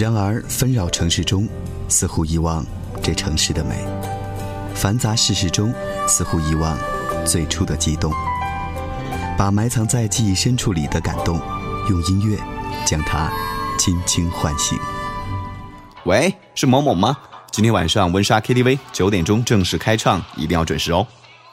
然而纷扰城市中，似乎遗忘这城市的美；繁杂世事中，似乎遗忘最初的悸动。把埋藏在记忆深处里的感动，用音乐将它轻轻唤醒。 喂，是某某吗？今天晚上温莎 KTV 9点钟正式开唱，一定要准时哦。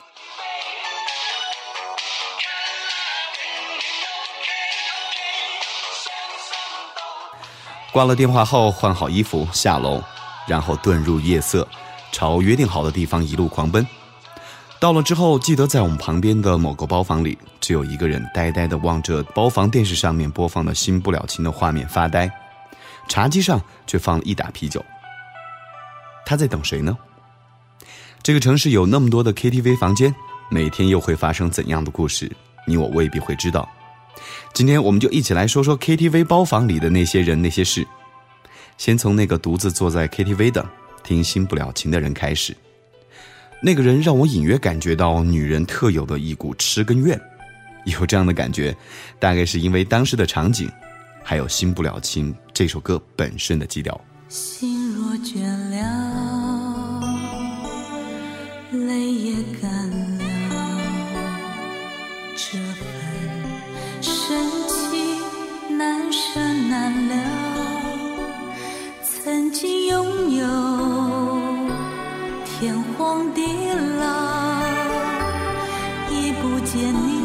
挂了电话后，换好衣服下楼，然后遁入夜色，朝约定好的地方一路狂奔。到了之后，记得在我们旁边的某个包房里，只有一个人呆呆地望着包房电视上面播放的新不了情的画面发呆，茶几上却放了一打啤酒。他在等谁呢？这个城市有那么多的 KTV 房间，每天又会发生怎样的故事，你我未必会知道。今天我们就一起来说说 KTV 包房里的那些人那些事。先从那个独自坐在 KTV 的听新不了情的人开始。那个人让我隐约感觉到女人特有的一股痴跟怨，有这样的感觉，大概是因为当时的场景，还有新不了情这首歌本身的基调。 心若倦了，泪也干了，这份深情难舍难了，曾经拥有天荒地老，已不见你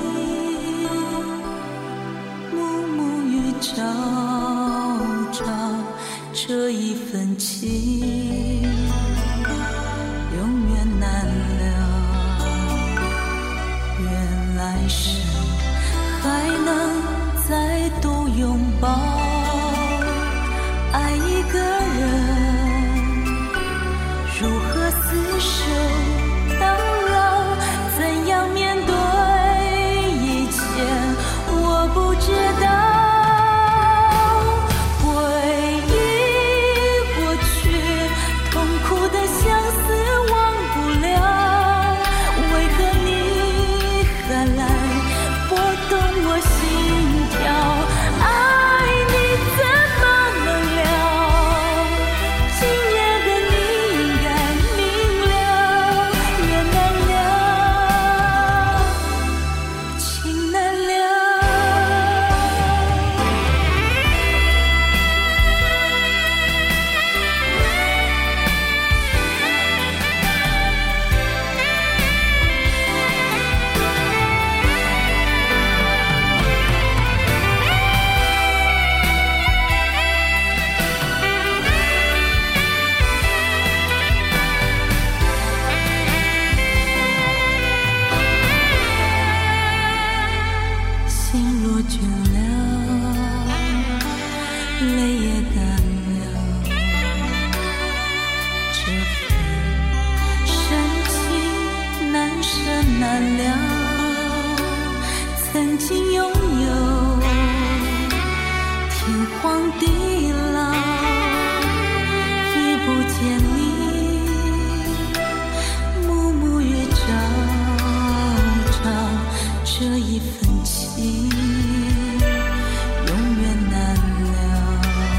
暮暮与朝朝，这一份情永远难了，愿来生还能再度拥抱，爱一个人如何厮守到老，怎样面对一切我不知道，回忆过去痛苦的相思忘不了，为何你还来拨动我心跳，爱你怎么能了，今夜的你应该明了，缘难了，情难了。心若倦了，泪也干了，这份深情难舍难了，曾经拥有天荒地老，已不见你暮暮与朝朝，这一份情永远难了，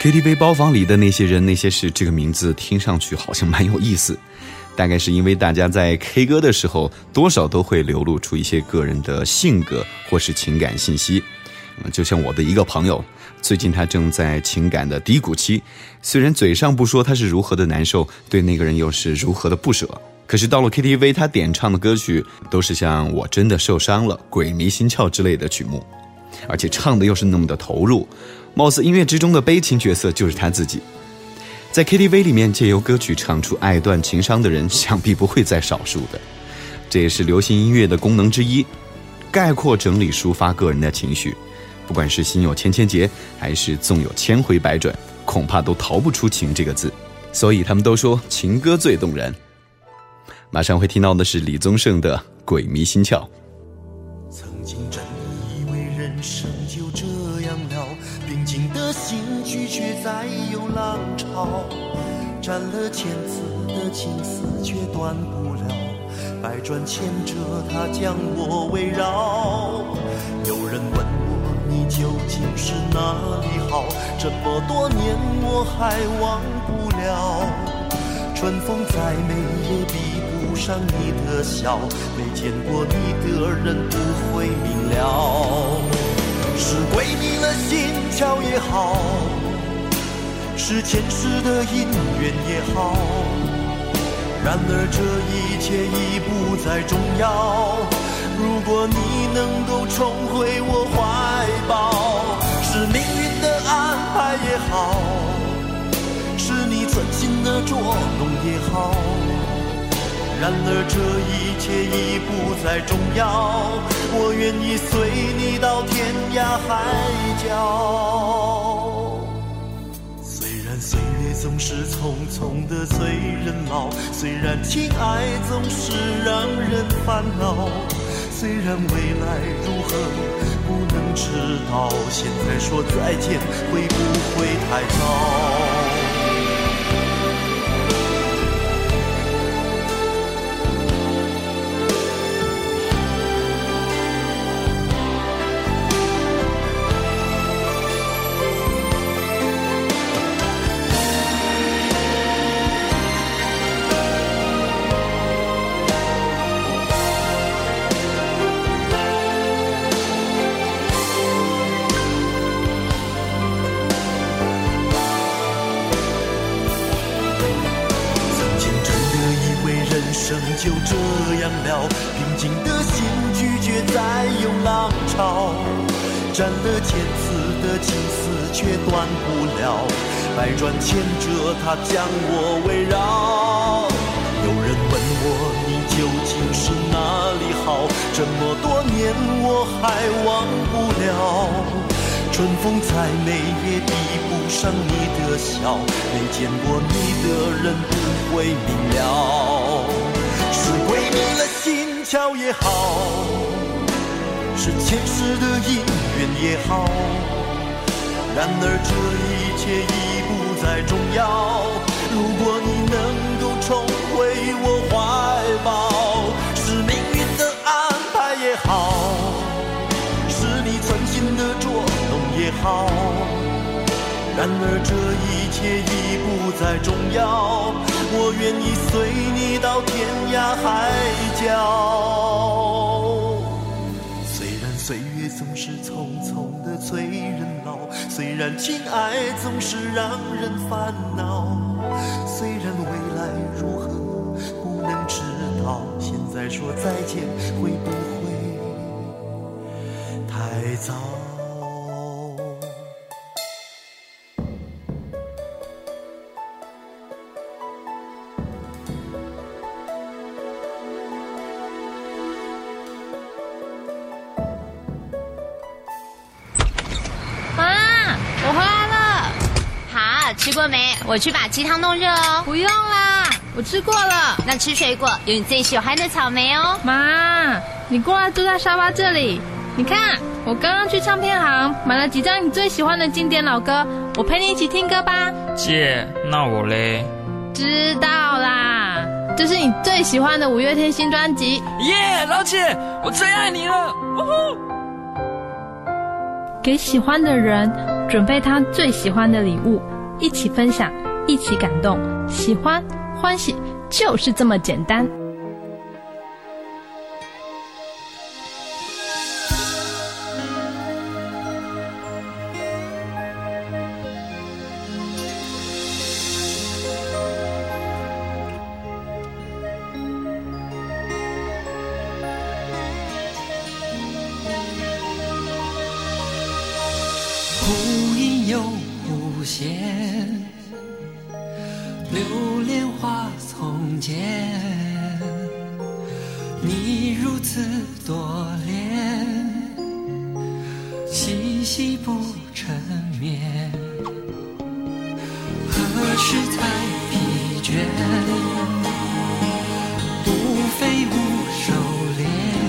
KTV 包房里的那些人那些事，这个名字听上去好像蛮有意思，大概是因为大家在 K 歌的时候多少都会流露出一些个人的性格或是情感信息。就像我的一个朋友，最近他正在情感的低谷期，虽然嘴上不说他是如何的难受，对那个人又是如何的不舍，可是到了 KTV 他点唱的歌曲都是像我真的受伤了、鬼迷心窍之类的曲目，而且唱的又是那么的投入，貌似音乐之中的悲情角色就是他自己。在 KTV 里面借由歌曲唱出爱断情伤的人想必不会在少数的，这也是流行音乐的功能之一，概括整理抒发个人的情绪，不管是心有千千结还是纵有千回百转，恐怕都逃不出情这个字，所以他们都说情歌最动人。马上会听到的是李宗盛的《鬼迷心窍》。 曾经真以为人生就这样了，平静的心拒却再有浪潮，斩了千次的情丝却断不了，百转千折它将我围绕。有人问我你究竟是哪里好，这么多年我还忘不了，春风再美也比不上你的笑，没见过你的人不会明了。是鬼迷了心窍也好，是前世的因缘也好，然而这一切已不再重要。如果你能够重回我怀抱，是命运的安排也好，是你存心的捉弄也好，然而这一切已不再重要，我愿意随你到天涯海角。虽然岁月总是匆匆的催人老，虽然情爱总是让人烦恼，虽然未来如何不能知道，现在说再见会不会太早？就这样了，平静的心拒绝再有浪潮，斩了千次的情丝却断不了，百转千折它将我围绕。有人问我你究竟是哪里好，这么多年我还忘不了，春风再美也比不上你的笑，没见过你的人不会明了。是鬼迷了心窍也好，是前世的因缘也好，然而这一切已不再重要。如果你能够重回我怀抱，是命运的安排也好，是你存心的捉弄也好，然而这一切已不再重要，我愿意随你到天涯海角。虽然岁月总是匆匆的催人老，虽然情爱总是让人烦恼，虽然未来如何不能知道，现在说再见会不会太早？ 吃过没？我去把鸡汤弄热哦。 不用啦，我吃过了。 那吃水果，有你最喜欢的草莓哦。 妈，你过来坐在沙发这里。你看，我刚刚去唱片行买了几张你最喜欢的经典老歌，我陪你一起听歌吧。 姐，那我嘞？ 知道啦，这是你最喜欢的五月天新专辑。 耶，老姐，我最爱你了。 给喜欢的人准备他最喜欢的礼物， 一起分享，一起感动，喜欢欢喜，就是这么简单。 忽隐又忽现，流连花丛间，你如此多恋，细细不成眠，何时才疲倦？无非无收敛，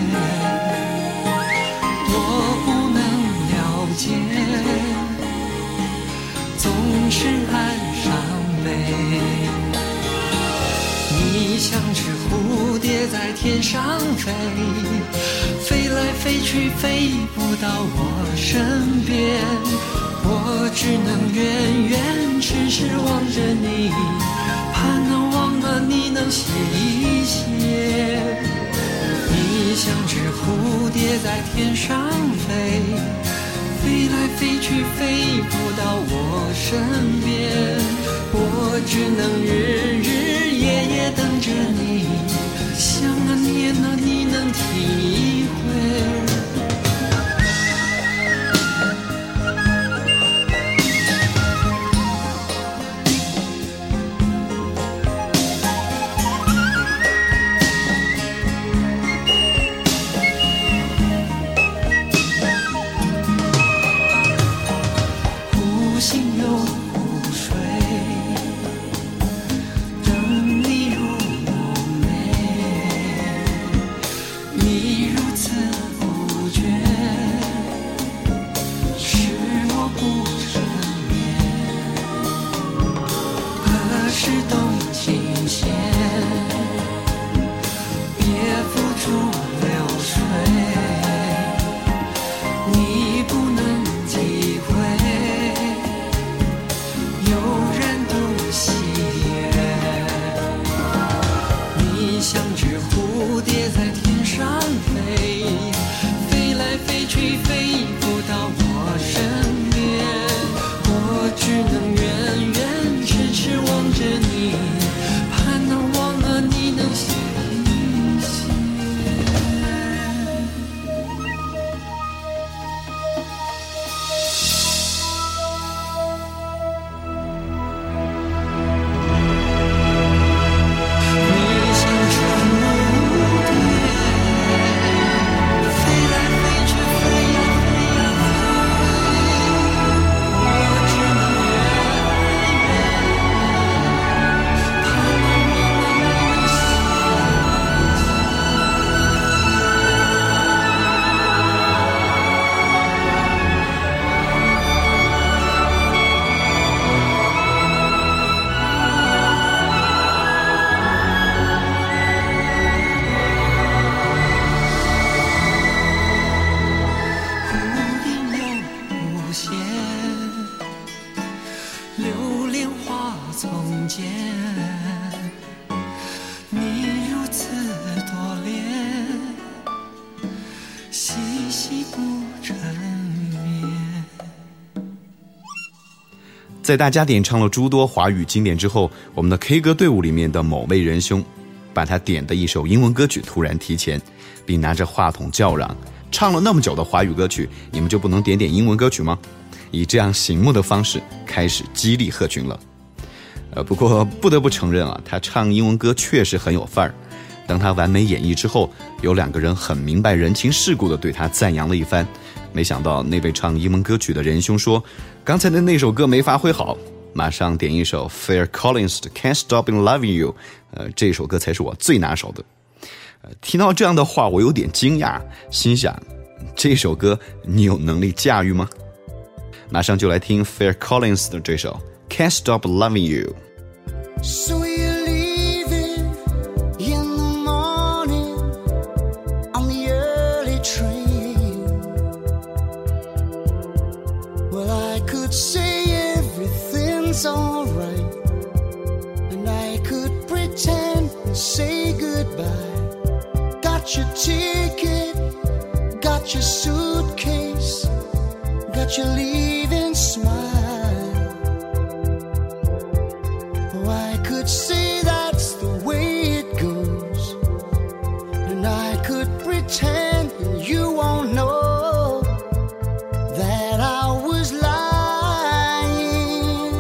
我不能了解，总是岸上美。你像只蝴蝶在天上飞，飞来飞去飞不到我身边，我只能远远痴痴望着你，盼能望啊你能歇一歇。你像只蝴蝶在天上飞，飞来飞去飞不到我身边，我只能日日夜夜等着你，想啊念啊你能体会。 在大家点唱了诸多华语经典之后，我们的 K 歌队伍里面的某位仁兄把他点的一首英文歌曲突然提前，并拿着话筒叫嚷，唱了那么久的华语歌曲，你们就不能点点英文歌曲吗？以这样醒目的方式开始激励鹤群了。不过不得不承认啊，他唱英文歌确实很有范儿。当他完美演绎之后，有两个人很明白人情世故的对他赞扬了一番。没想到那位唱英文歌曲的仁兄说，刚才的那首歌没发挥好，马上点一首 Phil Collins 的 Can't Stop in Loving You， 这首歌才是我最拿手的。听到这样的话，我有点惊讶，心想这首歌你有能力驾驭吗？马上就来听 Phil Collins 的这首 Can't Stop Loving You。 So you're leaving in the morning on the early train. Well, I could say everything's on goodbye. Got your ticket, got your suitcase, got your leaving smile. Oh, I could say that's the way it goes, and I could pretend and you won't know that I was lying.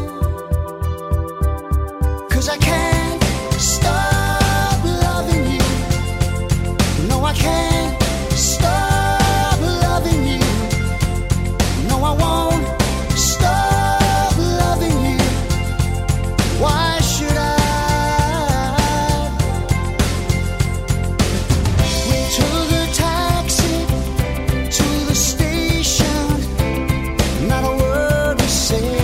'Cause I can't stop loving you. No, I can't stop loving you. No, I won't stop loving you. Why should I? We took a taxi to the station, not a word to say.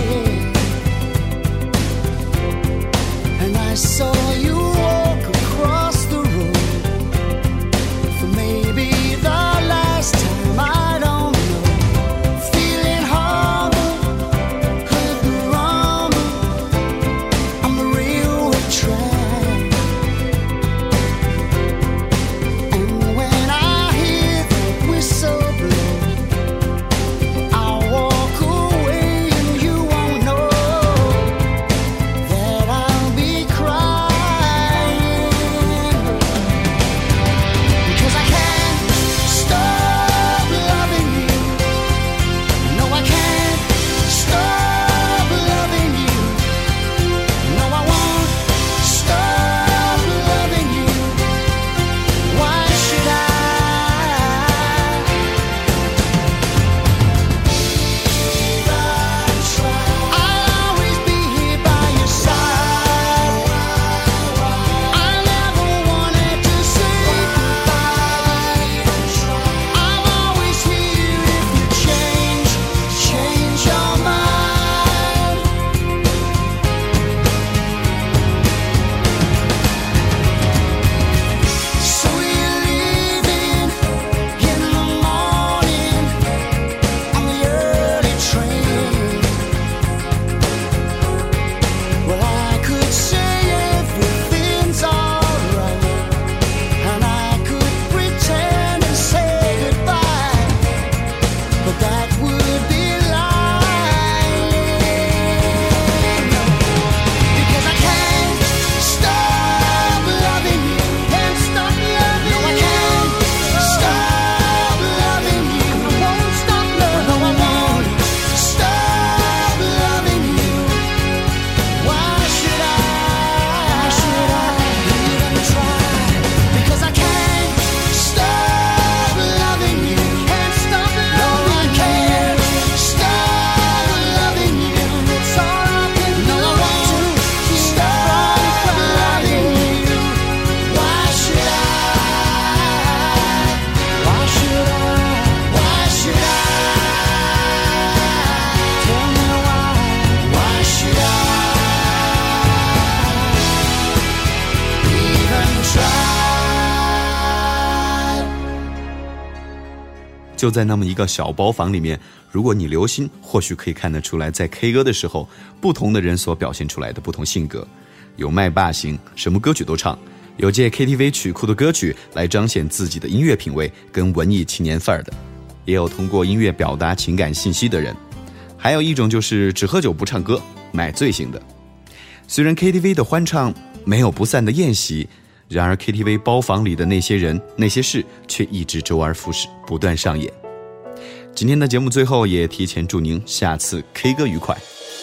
And I saw you walk across the road for maybe the last time, I don't know. Feeling humble, heard the rumble on the railway track. And when I hear the whistle blow, I'll walk away and you won't know that I'll be crying. 'Cause I can't stop loving you. No, I can't stop loving you. No, I won't stop loving you. Why should I? I'll always be here by your side. I never wanted to say goodbye. I'm always here if you change your mind. So you're leaving in the morning on the early train. Well, I could say everything's alright, and I could pretend and say goodbye, but that would be lying. Because I can't stop loving you. Can't stop loving you. No, I can't stop loving you. I won't stop loving you. No, I won't stop loving you. Why should I? Why should I even try? Because I can't stop loving you. Can't stop loving you. No, I can't stop loving you. It's all I can do. No, I won't stop loving you. Why should I? Why should I? Why should I? Tell me why. Why should I even try? 就在那么一个小包房里面，如果你留心，或许可以看得出来，在 K 歌的时候，不同的人所表现出来的不同性格。有麦霸型，什么歌曲都唱；有借 KTV 曲库的歌曲来彰显自己的音乐品味跟文艺青年范儿的，也有通过音乐表达情感信息的人，还有一种就是只喝酒不唱歌，买醉型的。虽然 KTV 的欢唱没有不散的宴席，然而 KTV 包房里的那些人那些事却一直周而复始，不断上演。今天的节目最后也提前祝您下次 K 歌愉快。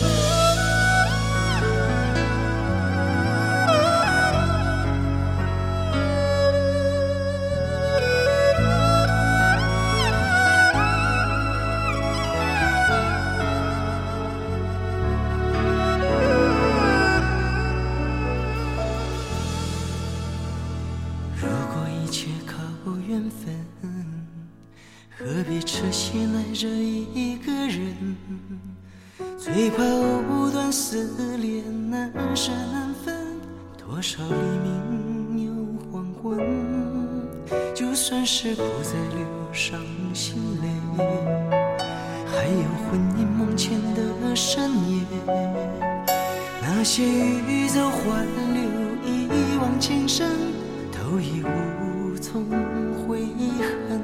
如果一切靠缘分，何必痴心爱着一个人？最怕藕断丝连，难舍难分，多少黎明又黄昏。就算是不再流伤心泪，还有魂萦梦牵的深夜，那些欲走还留，一往情深，都都已无从悔恨。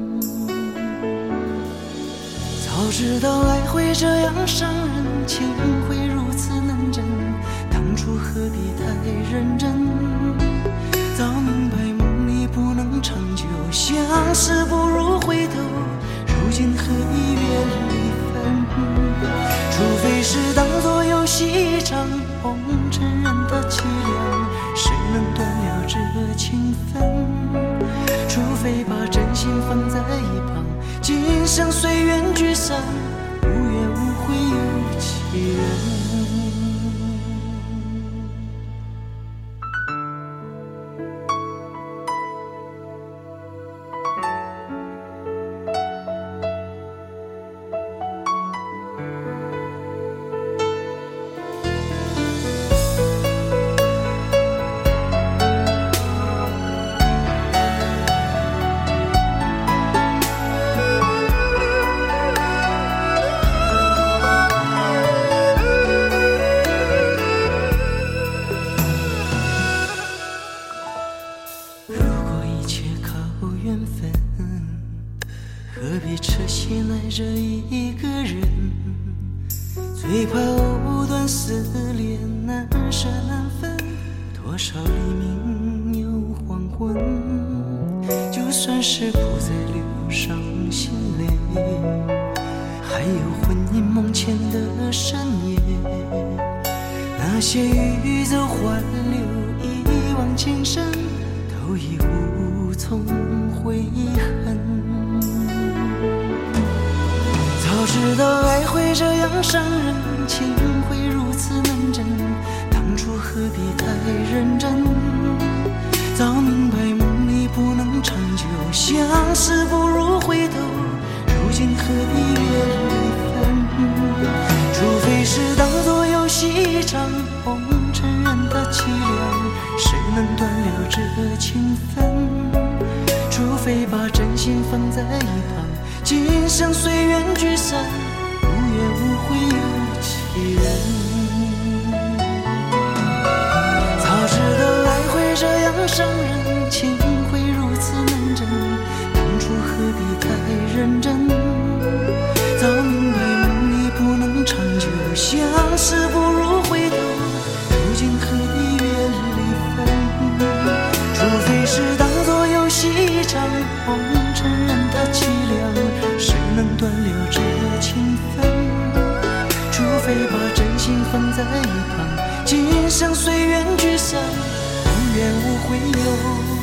早知道爱会这样伤人，情会如此难枕，当初何必太认真？早明白梦里不能长久，相识不如回头，如今何必愿离分？除非是当作游戏一场，红尘人的凄凉，谁能断了这情分？除非把真心放在一旁，今生随缘聚散，无怨无悔有其人。何必扯起来这一个人？最怕藕断丝连，难舍难分。多少黎明又黄昏，就算是不再流伤心泪，还有婚姻梦前的深夜，那些欲走还留，一往情深，都已无从悔恨。早知道爱会这样伤人，情会如此难枕，当初何必太认真？早明白梦里不能长久，相识不如回头，如今何必愿离分？除非是当作游戏一场，红尘人的凄凉，谁能断了这情分？除非把真心放在一旁，今生随缘聚散，无怨无悔有其人。早知道爱会这样伤人，情会如此难枕，当初何必太认真？早明白梦里不能长久，相识不如回头，如今何必愿离分？除非是当作游戏一场，红尘人的凄凉，谁能断了这情分？除非把真心放在一旁，今生随缘聚散，无怨无悔有